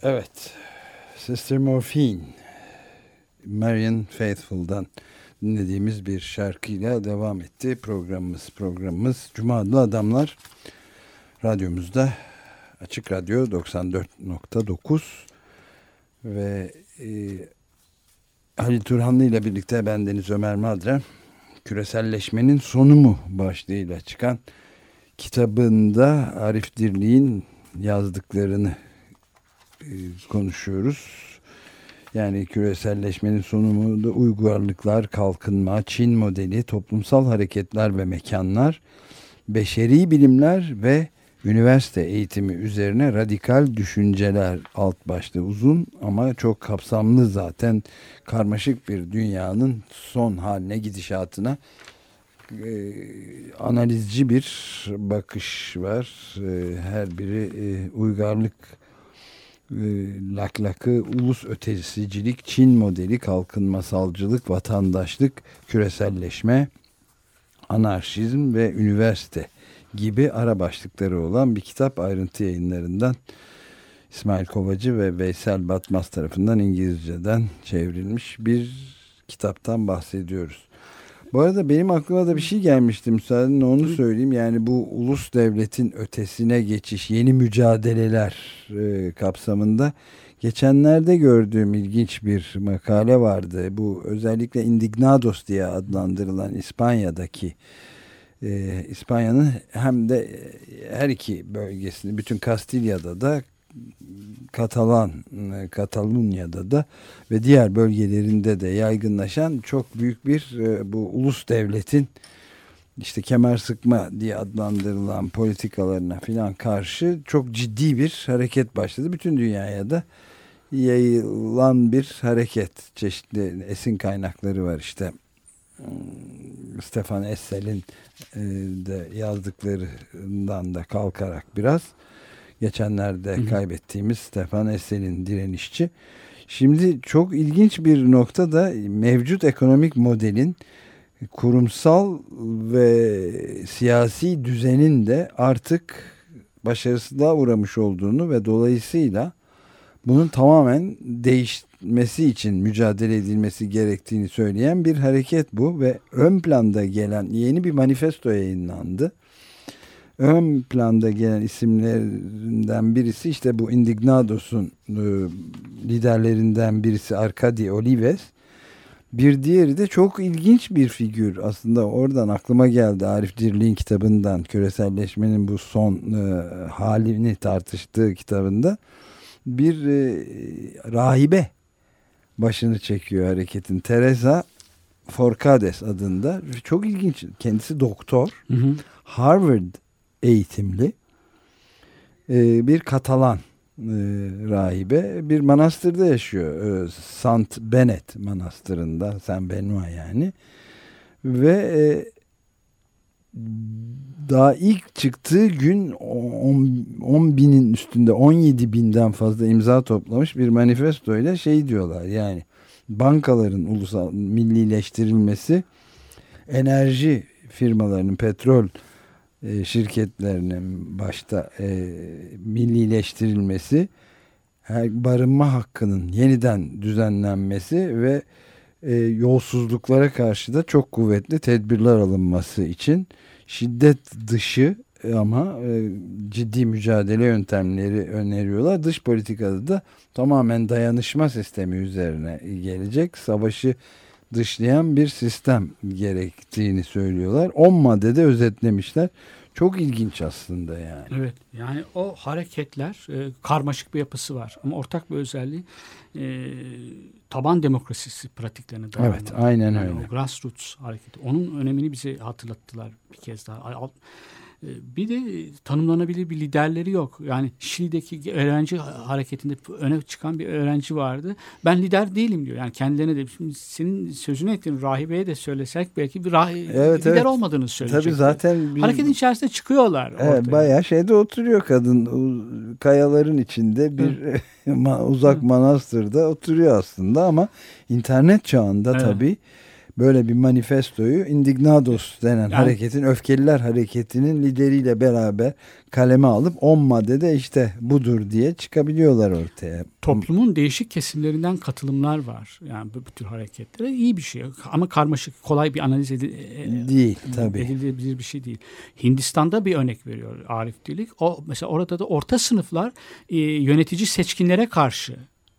Evet, Sister Morphine, Marian Faithfull'dan dinlediğimiz bir şarkıyla devam etti programımız. Programımız Cuma Adlı Adamlar, radyomuzda Açık Radyo doksan dört nokta dokuz ve e, Halil Turhanlı ile birlikte bendeniz Ömer Madra, Küreselleşmenin Sonu mu başlığıyla çıkan kitabında Arif Dirlik'in yazdıklarını e, konuşuyoruz. Yani küreselleşmenin sonu mu da uygarlıklar, kalkınma, Çin modeli, toplumsal hareketler ve mekanlar, beşeri bilimler ve üniversite eğitimi üzerine radikal düşünceler alt başlığı. Uzun ama çok kapsamlı, zaten karmaşık bir dünyanın son haline, gidişatına e, analizci bir bakış var. E, her biri e, uygarlık, laklakı, ulus ötesicilik, Çin modeli, kalkınmasalcılık, vatandaşlık, küreselleşme, anarşizm ve üniversite gibi ara başlıkları olan bir kitap. Ayrıntı Yayınlarından İsmail Kovacı ve Veysel Batmaz tarafından İngilizceden çevrilmiş bir kitaptan bahsediyoruz. Bu arada benim aklıma da bir şey gelmişti, müsaadenle onu söyleyeyim. Yani bu ulus devletin ötesine geçiş, yeni mücadeleler e, kapsamında geçenlerde gördüğüm ilginç bir makale vardı. Bu özellikle Indignados diye adlandırılan İspanya'daki, e, İspanya'nın hem de her iki bölgesini, bütün Kastilya'da da, Katalan, Katalunya'da da ve diğer bölgelerinde de yaygınlaşan çok büyük bir e, bu ulus devletin işte kemer sıkma diye adlandırılan politikalarına filan karşı çok ciddi bir hareket başladı. Bütün dünyaya da yayılan bir hareket. Çeşitli esin kaynakları var işte. Stefan Essel'in e, de yazdıklarından da kalkarak biraz. Geçenlerde hı hı. kaybettiğimiz Stefan Essel'in direnişçi. Şimdi çok ilginç bir nokta da mevcut ekonomik modelin kurumsal ve siyasi düzenin de artık başarısızlığa uğramış olduğunu ve dolayısıyla bunun tamamen değişmesi için mücadele edilmesi gerektiğini söyleyen bir hareket bu ve ön planda gelen yeni bir manifesto yayınlandı. Ön planda gelen isimlerinden birisi işte bu Indignados'un e, liderlerinden birisi Arkady Olives. Bir diğeri de çok ilginç bir figür. Aslında oradan aklıma geldi, Arif Dirlik'in kitabından, küreselleşmenin bu son e, halini tartıştığı kitabında bir e, rahibe başını çekiyor hareketin. Teresa Forcades adında. Çok ilginç. Kendisi doktor. Hı hı. Harvard eğitimli e, bir Katalan e, rahibe, bir manastırda yaşıyor. E, Saint Benet manastırında, Saint Benoît yani. Ve e, daha ilk çıktığı gün on binin üstünde, on yedi binden fazla imza toplamış bir manifesto ile şey diyorlar, yani bankaların ulusal millileştirilmesi, enerji firmalarının, petrol e, şirketlerinin başta e, millileştirilmesi, her, barınma hakkının yeniden düzenlenmesi ve e, yolsuzluklara karşı da çok kuvvetli tedbirler alınması için şiddet dışı ama e, ciddi mücadele yöntemleri öneriyorlar. Dış politikada da tamamen dayanışma sistemi üzerine gelecek, savaşı dışlayan bir sistem gerektiğini söylüyorlar. on maddede özetlemişler. Çok ilginç aslında yani. Evet, yani o hareketler e, karmaşık bir yapısı var ama ortak bir özelliği e, taban demokrasisi pratiklerine dayanıyor. Evet, aynen yani öyle. O grassroots hareketi. Onun önemini bize hatırlattılar bir kez daha. Bir de tanımlanabilir bir liderleri yok. Yani Şili'deki öğrenci hareketinde öne çıkan bir öğrenci vardı. Ben lider değilim diyor. Yani kendilerine de, şimdi senin sözünü ettiğin rahibeye de söylesek belki bir rahi, evet, lider evet. olmadığını söyleyecek. Tabii zaten bir... hareketin içerisinde çıkıyorlar. Evet, bayağı şeyde oturuyor kadın, kayaların içinde bir uzak manastırda oturuyor aslında ama internet çağında evet. tabii böyle bir manifestoyu Indignados denen yani, hareketin, öfkeliler hareketinin lideriyle beraber kaleme alıp on maddede işte budur diye çıkabiliyorlar ortaya. Toplumun değişik kesimlerinden katılımlar var. Yani bu, bu tür hareketlere iyi bir şey ama karmaşık, kolay bir analiz edil- değil tabii. edilebilir bir şey değil. Hindistan'da bir örnek veriyor Arif Dirlik. O mesela orada da orta sınıflar e, yönetici seçkinlere karşı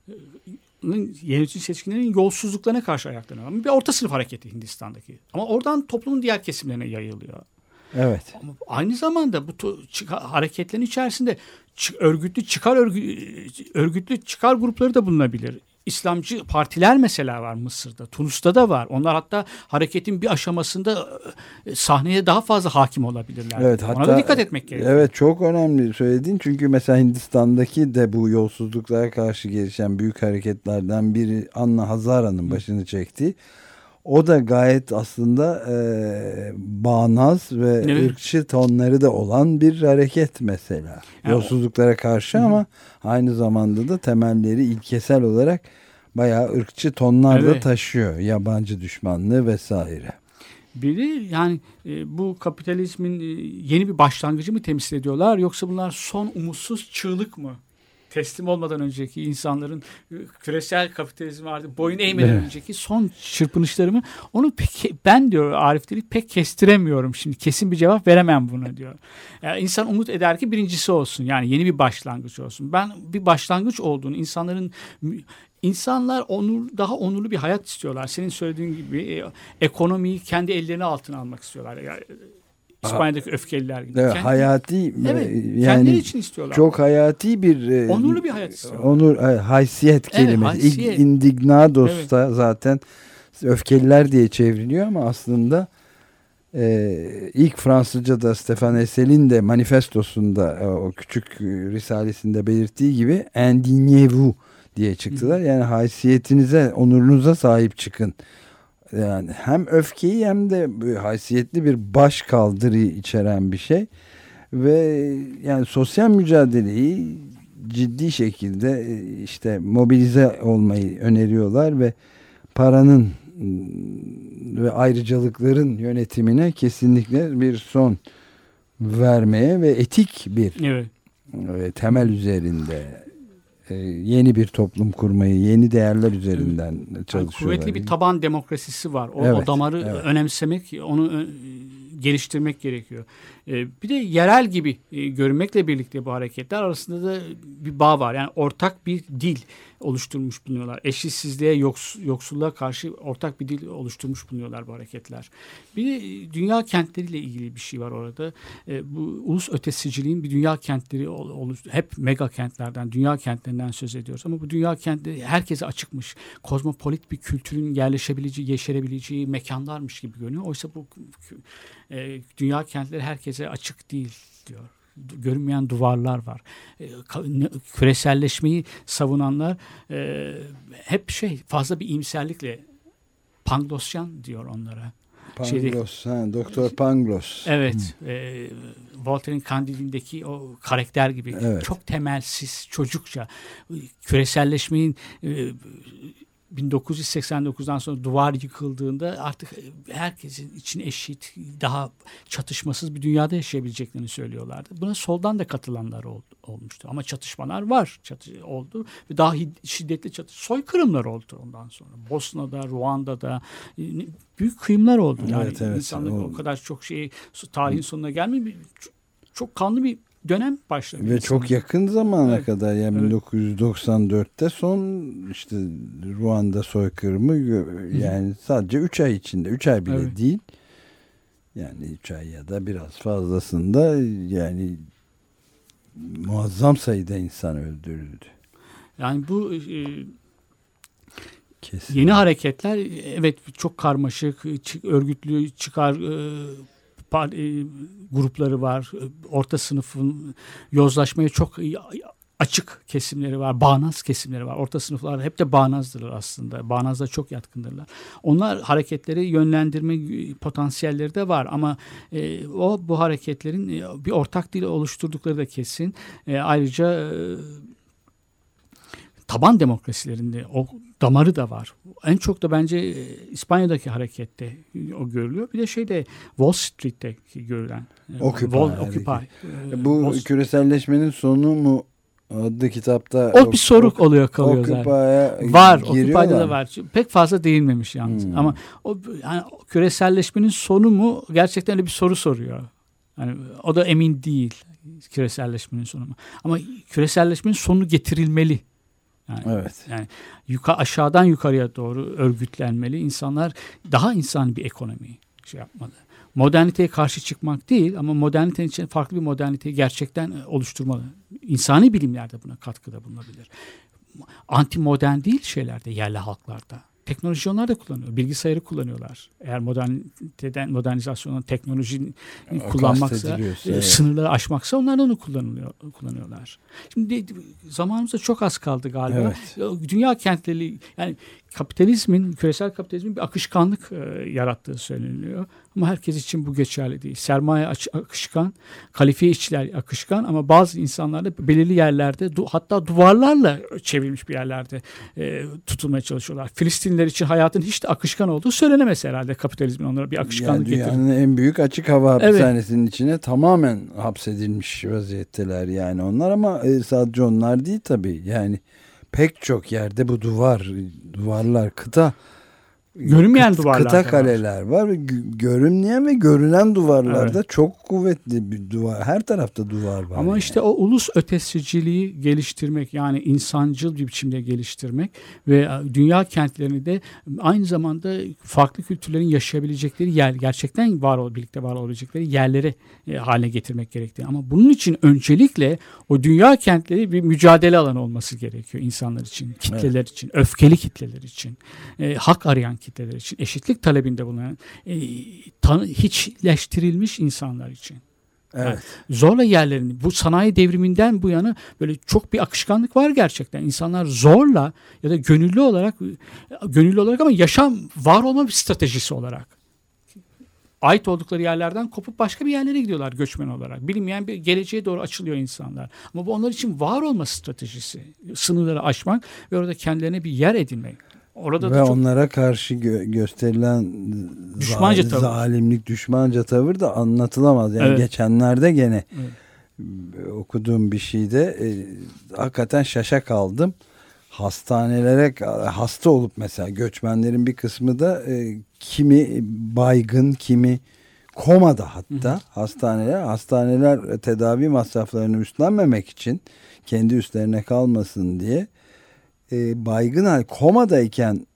yönetici seçkinlerin yolsuzluklarına karşı ayaklanıyor. Bir orta sınıf hareketi Hindistan'daki. Ama oradan toplumun diğer kesimlerine yayılıyor. Evet. Ama aynı zamanda bu çıkar, hareketlerin içerisinde çık, örgütlü çıkar örgü, örgütlü çıkar grupları da bulunabilir. İslamcı partiler mesela var Mısır'da, Tunus'ta da var. Onlar hatta hareketin bir aşamasında sahneye daha fazla hakim olabilirler. Evet, Ona hatta, da dikkat etmek gerekiyor. Evet, çok önemli söylediğin. Çünkü mesela Hindistan'daki de bu yolsuzluklara karşı gelişen büyük hareketlerden biri Anna Hazara'nın başını çektiği. O da gayet aslında e, bağnaz ve evet. ırkçı tonları da olan bir hareket mesela. Yani yolsuzluklara karşı o... ama aynı zamanda da temelleri ilkesel olarak bayağı ırkçı tonlar evet. da taşıyor. Yabancı düşmanlığı vesaire. Biri yani e, bu kapitalizmin e, yeni bir başlangıcı mı temsil ediyorlar yoksa bunlar son umutsuz çığlık mı? Teslim olmadan önceki insanların küresel kapitalizm vardı. Boyun eğmeden evet. önceki son çırpınışlarımı onu pek, ben diyor Arif Dirlik pek kestiremiyorum. Şimdi kesin bir cevap veremem buna diyor. Yani insan umut eder ki birincisi olsun. Yani yeni bir başlangıç olsun. Ben bir başlangıç olduğunu insanların İnsanlar onur, daha onurlu bir hayat istiyorlar. Senin söylediğin gibi e, ekonomiyi kendi ellerine altına almak istiyorlar. Yani, İspanya'daki öfkeliler gibi. Evet, kendi, hayati evet, yani kendileri için istiyorlar. Çok hayati bir onurlu bir hayat istiyorlar. Onur haysiyet kelimesi. Evet, haysiyet. Indignados da evet. zaten öfkeliler diye çevriliyor ama aslında e, ilk Fransızca'da Stefan Essel'in de manifestosunda o küçük risalesinde belirttiği gibi indignez-vous diye çıktılar. Hı. Yani haysiyetinize, onurunuza sahip çıkın. Yani hem öfkeyi hem de haysiyetli bir baş kaldırıyı içeren bir şey ve yani sosyal mücadeleyi ciddi şekilde işte mobilize olmayı öneriyorlar ve paranın ve ayrıcalıkların yönetimine kesinlikle bir son vermeye ve etik bir evet. temel üzerinde yeni bir toplum kurmayı, yeni değerler üzerinden evet. çalışıyorlar. Kuvvetli bir taban demokrasisi var. O, evet, o damarı evet. önemsemek, onu geliştirmek gerekiyor. Bir de yerel gibi görünmekle birlikte bu hareketler arasında da bir bağ var. Yani ortak bir dil oluşturmuş bulunuyorlar. Eşitsizliğe, yoks, yoksulluğa karşı ortak bir dil oluşturmuş bulunuyorlar bu hareketler. Bir de dünya kentleriyle ilgili bir şey var orada. Bu ulus ötesiciliğin bir dünya kentleri oluş, hep mega kentlerden, dünya kentlerinden söz ediyoruz. Ama bu dünya kentleri herkese açıkmış. Kozmopolit bir kültürün yerleşebileceği, yeşerebileceği mekanlarmış gibi görünüyor. Oysa bu e, dünya kentleri herkese açık değil diyor. Görünmeyen duvarlar var. E, küreselleşmeyi savunanlar e, hep şey fazla bir iyimserlikle Panglossyan diyor onlara. Pangloss, ha, Doktor Pangloss. Evet. E, Voltaire'in Kandil'indeki o karakter gibi evet. çok temelsiz, çocukça küreselleşmeyin e, bin dokuz yüz seksen dokuzdan sonra duvar yıkıldığında artık herkesin için eşit, daha çatışmasız bir dünyada yaşayabileceklerini söylüyorlardı. Buna soldan da katılanlar oldu, olmuştu. Ama çatışmalar var, çatı, oldu ve daha şiddetli çatış, soykırımlar oldu ondan sonra. Bosna'da, Ruanda'da büyük kıyımlar oldu. Yani evet, evet, insanlar o, o kadar çok şey tarihin sonuna gelmiyor. Çok, çok kanlı bir dönem başladı. Ve insanlar. Çok yakın zamana evet. kadar yani evet. bin dokuz yüz doksan dörtte son işte Ruanda soykırımı yani Hı. sadece üç ay içinde üç ay bile evet. değil yani üç ay ya da biraz fazlasında yani muazzam sayıda insan öldürüldü. Yani bu e, yeni hareketler evet çok karmaşık, örgütlü çıkar e, grupları var. Orta sınıfın yozlaşmaya çok açık kesimleri var. Bağnaz kesimleri var. Orta sınıflar hep de bağnazdırlar aslında. Bağnazda çok yatkındırlar. Onlar hareketleri yönlendirme potansiyelleri de var ama e, o bu hareketlerin bir ortak dil oluşturdukları da kesin. E, ayrıca e, taban demokrasilerinde o damarı da var. En çok da bence İspanya'daki harekette o görülüyor. Bir de şeyde Wall Street'teki görülen. Occupy. Wall, Occupy. Bu Wall... küreselleşmenin sonu mu adlı kitapta o bir soru ok, oluyor kalıyor zaten. Var. Occupy'da da var. Pek fazla değinmemiş yalnız. Hmm. Ama o yani küreselleşmenin sonu mu gerçekten de bir soru soruyor. Yani o da emin değil küreselleşmenin sonu mu. Ama küreselleşmenin sonu getirilmeli. Yani, evet. Yani yuka, aşağıdan yukarıya doğru örgütlenmeli. İnsanlar daha insani bir ekonomi şey yapmalı. Moderniteye karşı çıkmak değil ama modernitenin için farklı bir moderniteyi gerçekten oluşturmalı. İnsani bilimler de buna katkıda bulunabilir. Anti modern değil şeylerde, yerli halklarda. Teknoloji onlar da kullanıyor. Bilgisayarı kullanıyorlar. Eğer moderniteden, modernizasyonun teknolojinin kullanmaksa, evet. sınırları aşmaksa onlar da onu kullanılıyor, kullanıyorlar. Şimdi zamanımızda çok az kaldı galiba. Evet. Dünya kentleri, yani kapitalizmin, küresel kapitalizmin bir akışkanlık e, yarattığı söyleniyor. Ama herkes için bu geçerli değil. Sermaye akışkan, kalifiye işçiler akışkan ama bazı insanlar da belirli yerlerde du- hatta duvarlarla çevrilmiş bir yerlerde e, tutulmaya çalışıyorlar. Filistinliler için hayatın hiç de akışkan olduğu söylenemez herhalde kapitalizmin onlara bir akışkanlık yani getirdi. Yani en büyük açık hava hapishanesinin evet. içine tamamen hapsedilmiş vaziyetteler yani onlar ama e, sadece onlar değil tabii yani. Pek çok yerde bu duvar, duvarlar, kıta, görünmeyen kıt, duvarlar kıta kaleler var. var. Görünmeyen ve görünen duvarlarda evet. çok kuvvetli bir duvar. Her tarafta duvar var. Ama yani. işte o ulus ötesiciliği geliştirmek, yani insancıl bir biçimde geliştirmek ve dünya kentlerini de aynı zamanda farklı kültürlerin yaşayabilecekleri yer, gerçekten var ol, birlikte var olabilecekleri yerlere e, haline getirmek gerektiği. Ama bunun için öncelikle o dünya kentleri bir mücadele alanı olması gerekiyor insanlar için, kitleler evet. için, öfkeli kitleler için, e, hak arayan kitleler için, eşitlik talebinde bulunan e, tanı, hiçleştirilmiş insanlar için. Evet. Yani zorla yerlerini, bu sanayi devriminden bu yana böyle çok bir akışkanlık var gerçekten. İnsanlar zorla ya da gönüllü olarak, gönüllü olarak ama yaşam var olma bir stratejisi olarak ait oldukları yerlerden kopup başka bir yerlere gidiyorlar göçmen olarak. Bilinmeyen bir geleceğe doğru açılıyor insanlar. Ama bu onlar için var olma stratejisi. Sınırları aşmak ve orada kendilerine bir yer edinmek. Orada ve da çok onlara karşı gö- gösterilen düşmanca zal- tavır. zalimlik, düşmanca tavır da anlatılamaz. Yani evet. geçenlerde gene evet. okuduğum bir şeyde e, hakikaten şaşa kaldım. Hastanelere hasta olup mesela göçmenlerin bir kısmı da e, kimi baygın, kimi komada hatta hı hı. hastaneler hastaneler tedavi masraflarını üstlenmemek için kendi üstlerine kalmasın diye e, baygın hal komadayken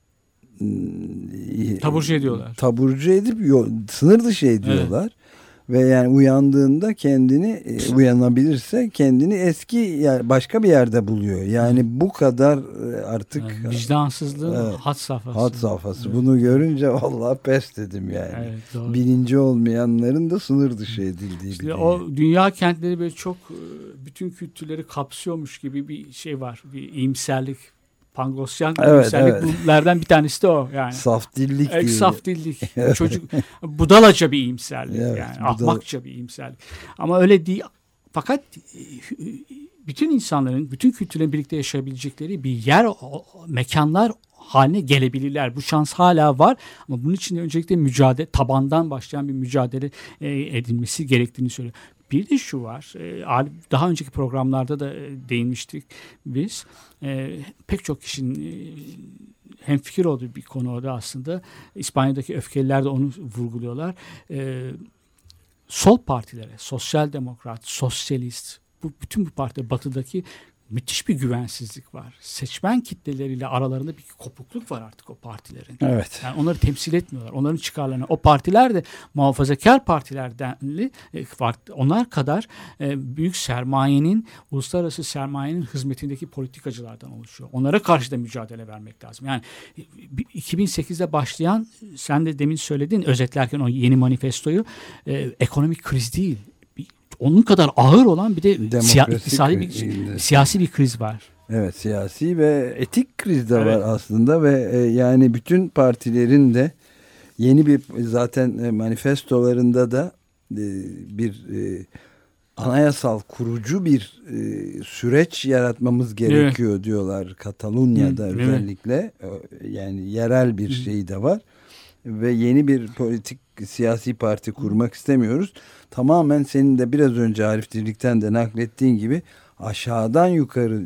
e, taburcu ediyorlar. Taburcu edip yol, sınır dışı ediyorlar. Evet. Ve yani uyandığında kendini e, uyanabilirse kendini eski yer, başka bir yerde buluyor. Yani bu kadar artık yani vicdansızlığın evet, had safhası. Had safhası. Evet. Bunu görünce vallahi pes dedim yani. Evet, bilinci olmayanların da sınır dışı edildiği işte bir o dünya. dünya kentleri böyle çok bütün kültürleri kapsıyormuş gibi bir şey var. Bir iyimserlik. Panglossyan evet, evet. bunlardan bir tanesi de o yani. Saf dillik evet, saf dillik. Çocuk budalaca bir iyimserlik evet, yani. Budal... Ahmakça bir iyimserlik. Ama öyle değil. Fakat bütün insanların, bütün kültürlerin birlikte yaşayabilecekleri bir yer, mekanlar haline gelebilirler. Bu şans hala var ama bunun için de öncelikle mücadele, tabandan başlayan bir mücadele edilmesi gerektiğini söylüyor. Bir de şu var, daha önceki programlarda da değinmiştik biz. Pek çok kişinin hemfikir olduğu bir konu orada aslında. İspanya'daki öfkeliler de onu vurguluyorlar. Sol partilere, sosyal demokrat, sosyalist, bu bütün bu partiler batıdaki müthiş bir güvensizlik var. Seçmen kitleleriyle aralarında bir kopukluk var artık o partilerin. Evet. Yani onları temsil etmiyorlar. Onların çıkarlarını. O partiler de muhafazakar partilerden onlar kadar büyük sermayenin, uluslararası sermayenin hizmetindeki politikacılardan oluşuyor. Onlara karşı da mücadele vermek lazım. Yani iki bin sekizde başlayan, sen de demin söyledin özetlerken o yeni manifestoyu, ekonomik kriz değil. Onun kadar ağır olan bir de siya- iktisadi bir, siyasi bir kriz var. Evet, siyasi ve etik kriz de evet. var aslında ve e, yani bütün partilerin de yeni bir zaten e, manifestolarında da e, bir e, anayasal kurucu bir e, süreç yaratmamız gerekiyor evet. diyorlar Katalunya'da Hı, özellikle. Evet. Yani yerel bir Hı. şey de var. Ve yeni bir politik siyasi parti kurmak istemiyoruz. Tamamen senin de biraz önce Arif Dirlik'ten de naklettiğin gibi aşağıdan yukarı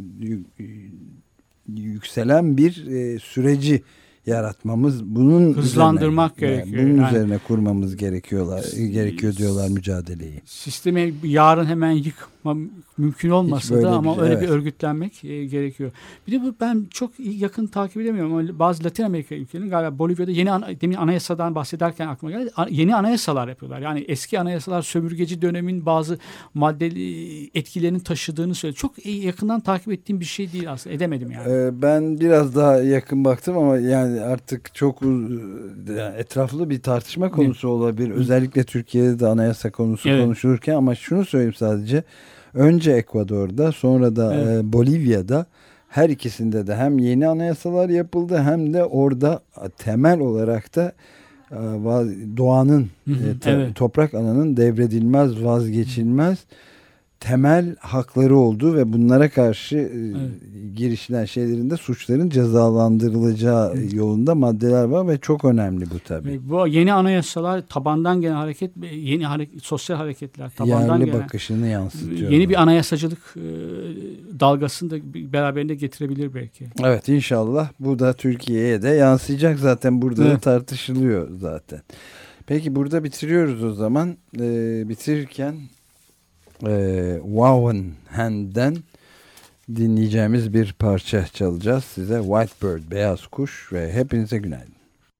yükselen bir e, süreci yaratmamız, bunun hızlandırmak üzerine, gerekiyor. Yani bunun yani, üzerine kurmamız gerekiyorlar, gerekiyor diyorlar mücadeleyi. Sistemi yarın hemen yıkma mümkün olmasa da ama bir, öyle evet. bir örgütlenmek e, gerekiyor. Bir de bu ben çok yakın takip edemiyorum ama bazı Latin Amerika ülkelerinin galiba Bolivya'da yeni ana, demin anayasadan bahsederken aklıma geldi. Yeni anayasalar yapıyorlar. Yani eski anayasalar sömürgeci dönemin bazı maddeli etkilerini taşıdığını söyledi. Çok yakından takip ettiğim bir şey değil aslında. Edemedim yani. Ee, ben biraz daha yakın baktım ama yani artık çok yani etraflı bir tartışma konusu evet. olabilir. Özellikle Türkiye'de de anayasa konusu evet. konuşulurken ama şunu söyleyeyim sadece. Önce Ekvador'da, sonra da evet. e, Bolivya'da, her ikisinde de hem yeni anayasalar yapıldı hem de orada temel olarak da e, doğanın, hı hı, e, te, evet. toprak ananın devredilmez, vazgeçilmez temel hakları oldu ve bunlara karşı evet. girişilen şeylerinde suçların cezalandırılacağı evet. yolunda maddeler var ve çok önemli bu tabii. Bu yeni anayasalar tabandan gelen hareket, yeni hareket, sosyal hareketler tabandan yerli gelen bakışını yansıtıyor. Yeni bir anayasacılık e, dalgasını da beraberinde getirebilir belki. Evet, inşallah bu da Türkiye'ye de yansıyacak, zaten burada evet. da tartışılıyor zaten. Peki burada bitiriyoruz o zaman. Ee, bitirirken Ee, Wowen Hand'den dinleyeceğimiz bir parça çalacağız size. Whitebird, Beyaz Kuş, ve hepinize günaydın.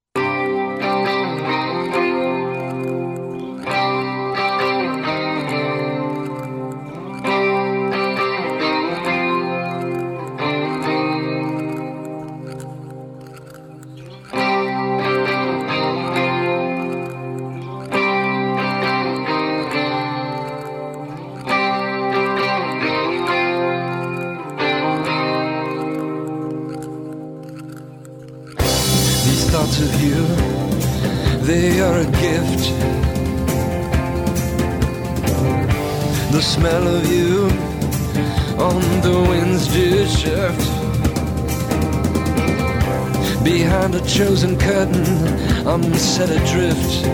Of you, they are a gift. The smell of you on the wind's dear shift. Behind a chosen curtain, I'm set adrift.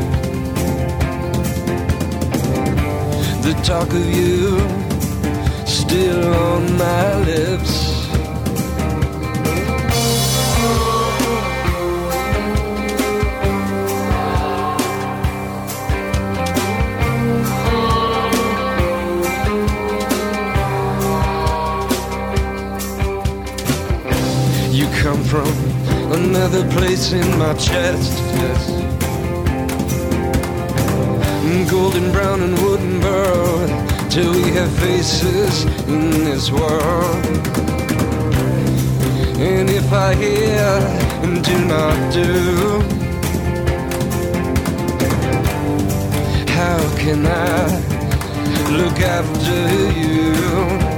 The talk of you still on my lips. Come from another place in my chest, yes. Golden brown and wooden burrow, till we have faces in this world. And if I hear and do not do, how can I look after you?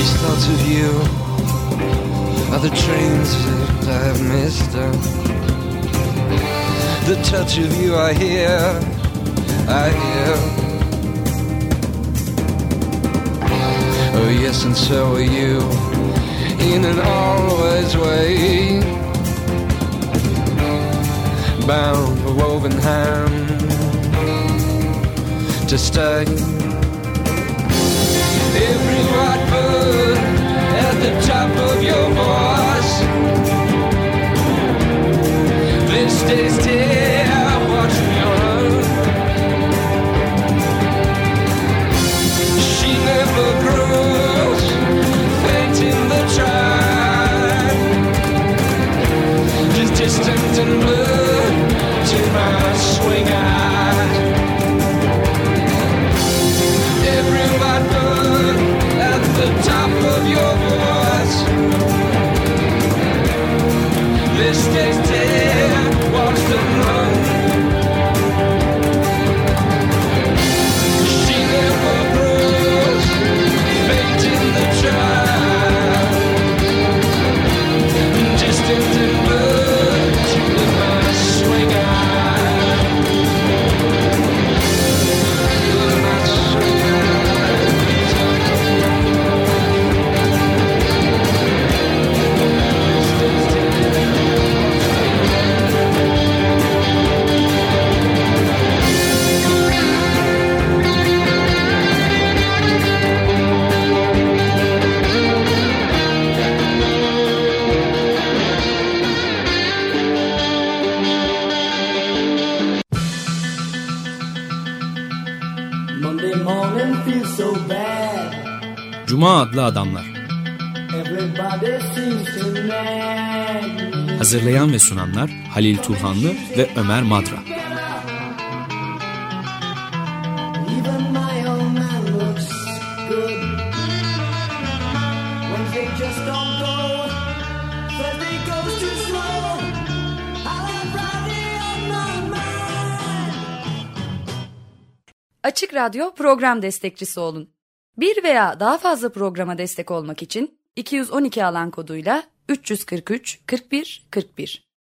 These thoughts of you are the trains that I have missed. The touch of you I hear, I hear. Oh yes, and so are you, in an always way, bound for woven hand to stay. Every white bird at the top of your voice, this day's still watch me run. She never grows, faint in the tribe, just distant and blurred to my swing eyes. Every white bird at the top of your voice, this day's dead, watch them run. She never grows, faint in the trial, distant and blurred with my swing eye. With my swing eye. Monday morning feels so bad. Cuma adlı adamlar. Everybody seems to nag me. Hazırlayan ve sunanlar Halil Turhanlı ve Ömer Madra. Even my old man looks good. Wednesday just don't go. Thursday goes too slow. I'll have Friday on my mind. Açık Radyo program destekçisi olun. Bir veya daha fazla programa destek olmak için iki yüz on iki alan koduyla üç yüz kırk üç kırk bir kırk bir